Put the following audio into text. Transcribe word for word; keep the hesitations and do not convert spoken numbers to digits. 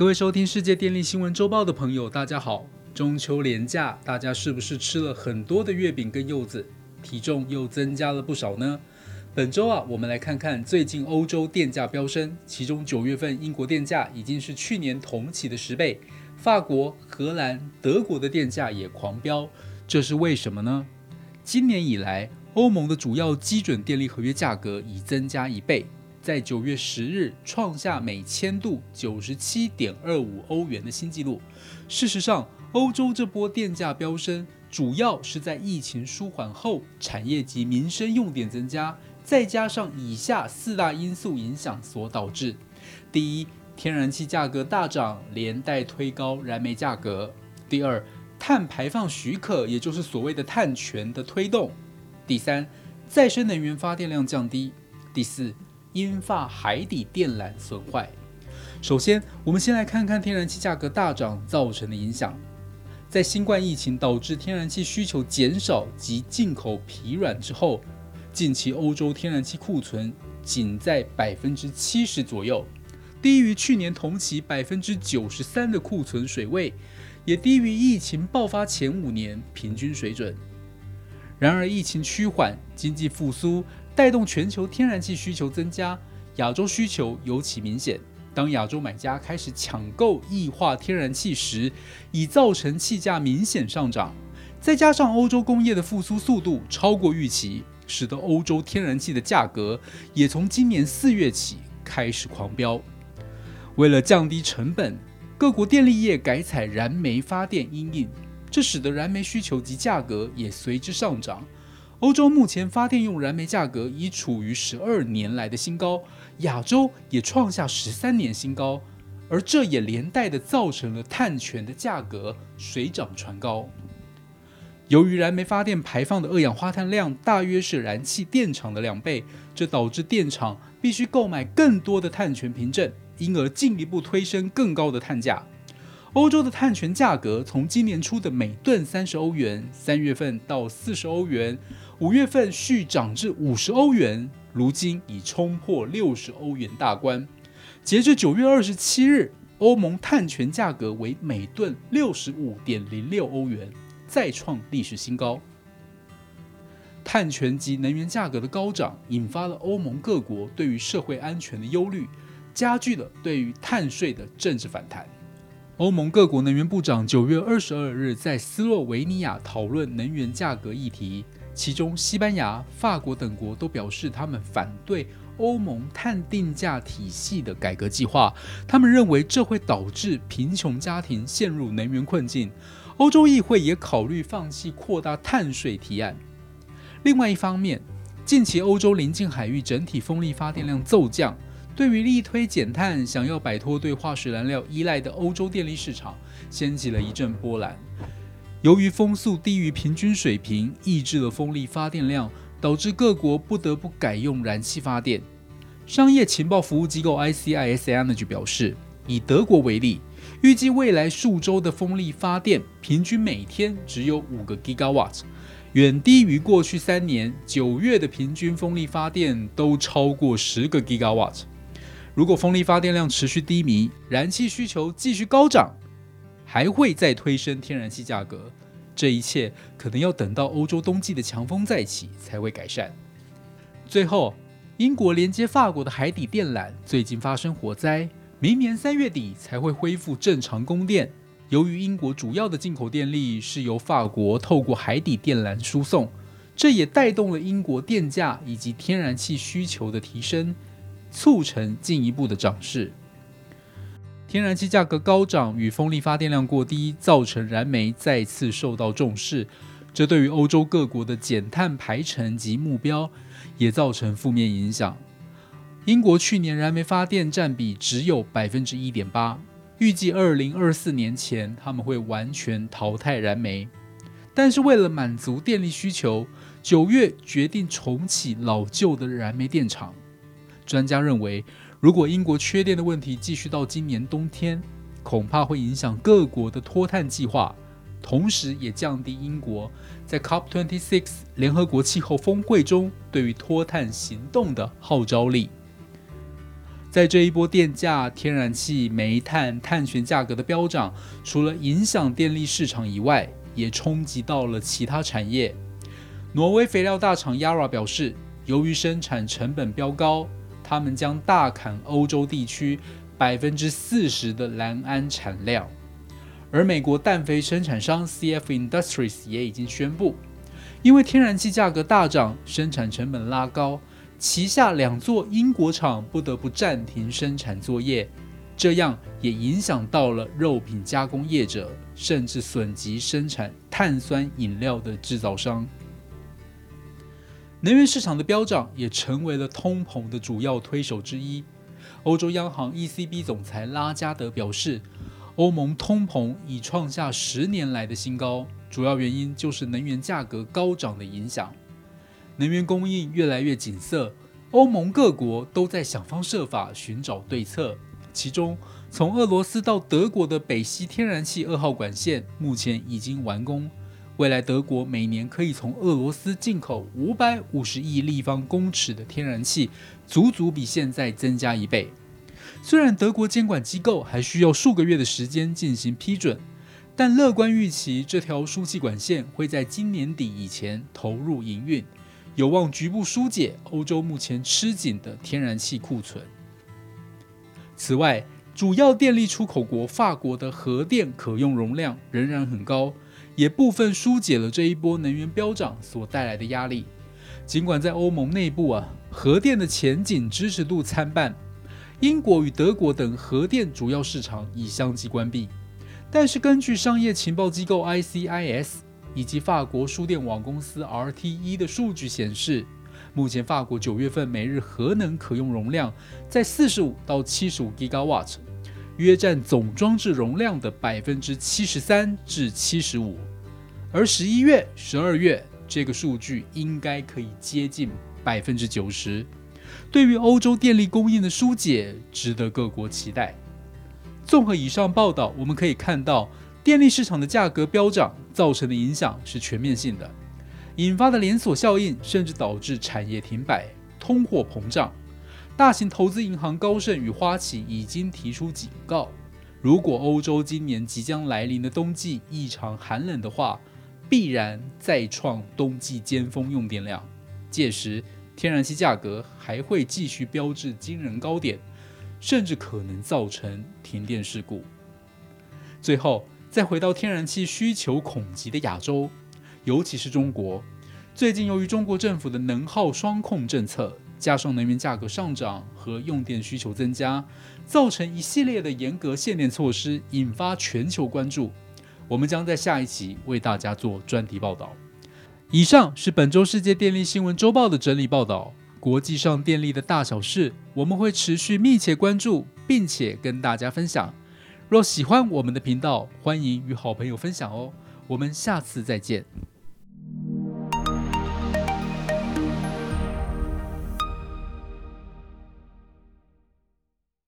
各位收听世界电力新闻周报的朋友，大家好。中秋连假，大家是不是吃了很多的月饼跟柚子，体重又增加了不少呢？本周啊，我们来看看最近欧洲电价飙升，其中九月份英国电价已经是去年同期的十倍，法国、荷兰、德国的电价也狂飙，这是为什么呢？今年以来，欧盟的主要基准电力合约价格已增加一倍，在九月十日创下每千度 九十七点二五欧元的新纪录。事实上，欧洲这波电价飙升，主要是在疫情舒缓后，产业及民生用电增加，再加上以下四大因素影响所导致。第一，天然气价格大涨，连带推高燃煤价格。第二，碳排放许可，也就是所谓的碳权的推动。第三，再生能源发电量降低。第四，英法海底电缆损坏。首先，我们先来看看天然气价格大涨造成的影响。在新冠疫情导致天然气需求减少及进口疲软之后，近期欧洲天然气库存仅在 百分之七十 左右，低于去年同期 百分之九十三 的库存水位，也低于疫情爆发前五年平均水准。然而，疫情趋缓，经济复苏带动全球天然气需求增加，亚洲需求尤其明显。当亚洲买家开始抢购液化天然气时，已造成气价明显上涨。再加上欧洲工业的复苏速度超过预期，使得欧洲天然气的价格也从今年四月起开始狂飙。为了降低成本，各国电力业改采燃煤发电因应，这使得燃煤需求及价格也随之上涨。欧洲目前发电用燃煤价格已处于十二年来的新高，亚洲也创下十三年新高，而这也连带的造成了碳权的价格水涨船高。由于燃煤发电排放的二氧化碳量大约是燃气电厂的两倍，这导致电厂必须购买更多的碳权凭证，因而进一步推升更高的碳价。欧洲的碳权价格从今年初的每吨三十欧元，三月份到四十欧元，五月份续涨至五十欧元，如今已冲破六十欧元大关。截至九月二十七日，欧盟碳权价格为每吨 六十五点零六欧元，再创历史新高。碳权及能源价格的高涨，引发了欧盟各国对于社会安全的忧虑，加剧了对于碳税的政治反弹。欧盟各国能源部长九月二十二日在斯洛维尼亚讨论能源价格议题，其中西班牙、法国等国都表示他们反对欧盟碳定价体系的改革计划，他们认为这会导致贫穷家庭陷入能源困境。欧洲议会也考虑放弃扩大碳税提案。另外一方面，近期欧洲邻近海域整体风力发电量骤降，对于力推减碳、想要摆脱对化石燃料依赖的欧洲电力市场掀起了一阵波澜。由于风速低于平均水平，抑制了风力发电量，导致各国不得不改用燃气发电。商业情报服务机构 I C I S Energy 表示，以德国为例，预计未来数周的风力发电平均每天只有五个 gigawatt， 远低于过去三年九月的平均风力发电都超过十个 gigawatt。如果风力发电量持续低迷，燃气需求继续高涨，还会再推升天然气价格。这一切可能要等到欧洲冬季的强风再起才会改善。最后，英国连接法国的海底电缆最近发生火灾，明年三月底才会恢复正常供电。由于英国主要的进口电力是由法国透过海底电缆输送，这也带动了英国电价以及天然气需求的提升，促成进一步的涨势。天然气价格高涨与风力发电量过低，造成燃煤再次受到重视，这对于欧洲各国的减碳排程及目标也造成负面影响。英国去年燃煤发电占比只有 百分之一点八， 预计二零二四年前他们会完全淘汰燃煤。但是为了满足电力需求，九月决定重启老旧的燃煤电厂。专家认为，如果英国缺电的问题继续到今年冬天，恐怕会影响各国的脱碳计划，同时也降低英国在 C O P 二十六 联合国气候峰会中对于脱碳行动的号召力。 在这一波电价、天然气、煤炭、碳权价格的飙涨，除了影响电力市场以外，也冲击到了其他产业。挪威肥料大厂 Yara 表示，由于生产成本飙高，他们将大砍欧洲地区 百分之四十 的蓝氨产量。而美国氮肥生产商 C F Industries 也已经宣布，因为天然气价格大涨，生产成本拉高，旗下两座英国厂不得不暂停生产作业，这样也影响到了肉品加工业者，甚至损及生产碳酸饮料的制造商。能源市场的飙涨也成为了通膨的主要推手之一。欧洲央行 E C B 总裁拉加德表示，欧盟通膨已创下十年来的新高，主要原因就是能源价格高涨的影响。能源供应越来越紧塞，欧盟各国都在想方设法寻找对策。其中，从俄罗斯到德国的北溪天然气二号管线目前已经完工。未来德国每年可以从俄罗斯进口五百五十亿立方公尺的天然气，足足比现在增加一倍。虽然德国监管机构还需要数个月的时间进行批准，但乐观预期这条输气管线会在今年底以前投入营运，有望局部疏解欧洲目前吃紧的天然气库存。此外，主要电力出口国法国的核电可用容量仍然很高，也部分疏解了这一波能源飙涨所带来的压力。尽管在欧盟内部啊，核电的前景支持度参半，英国与德国等核电主要市场已相继关闭，但是根据商业情报机构 I C I S 以及法国输电网公司 R T E 的数据显示，目前法国九月份每日核能可用容量在四十五到七十五 Gigawatt， 约占总装置容量的 百分之七十三至七十五， 而十一月、十二月这个数据应该可以接近 百分之九十。 对于欧洲电力供应的疏解，值得各国期待。综合以上报道，我们可以看到电力市场的价格飙涨造成的影响是全面性的，引发的连锁效应甚至导致产业停摆、通货膨胀。大型投资银行高盛与花旗已经提出警告，如果欧洲今年即将来临的冬季异常寒冷的话，必然再创冬季尖峰用电量，届时天然气价格还会继续飙至惊人高点，甚至可能造成停电事故。最后，再回到天然气需求恐急的亚洲，尤其是中国，最近由于中国政府的能耗双控政策，加上能源价格上涨和用电需求增加，造成一系列的严格限电措施，引发全球关注。我们将在下一期为大家做专题报道。以上是本周世界电力新闻周报的整理报道。国际上电力的大小事，我们会持续密切关注，并且跟大家分享。若喜欢我们的频道，欢迎与好朋友分享哦。我们下次再见。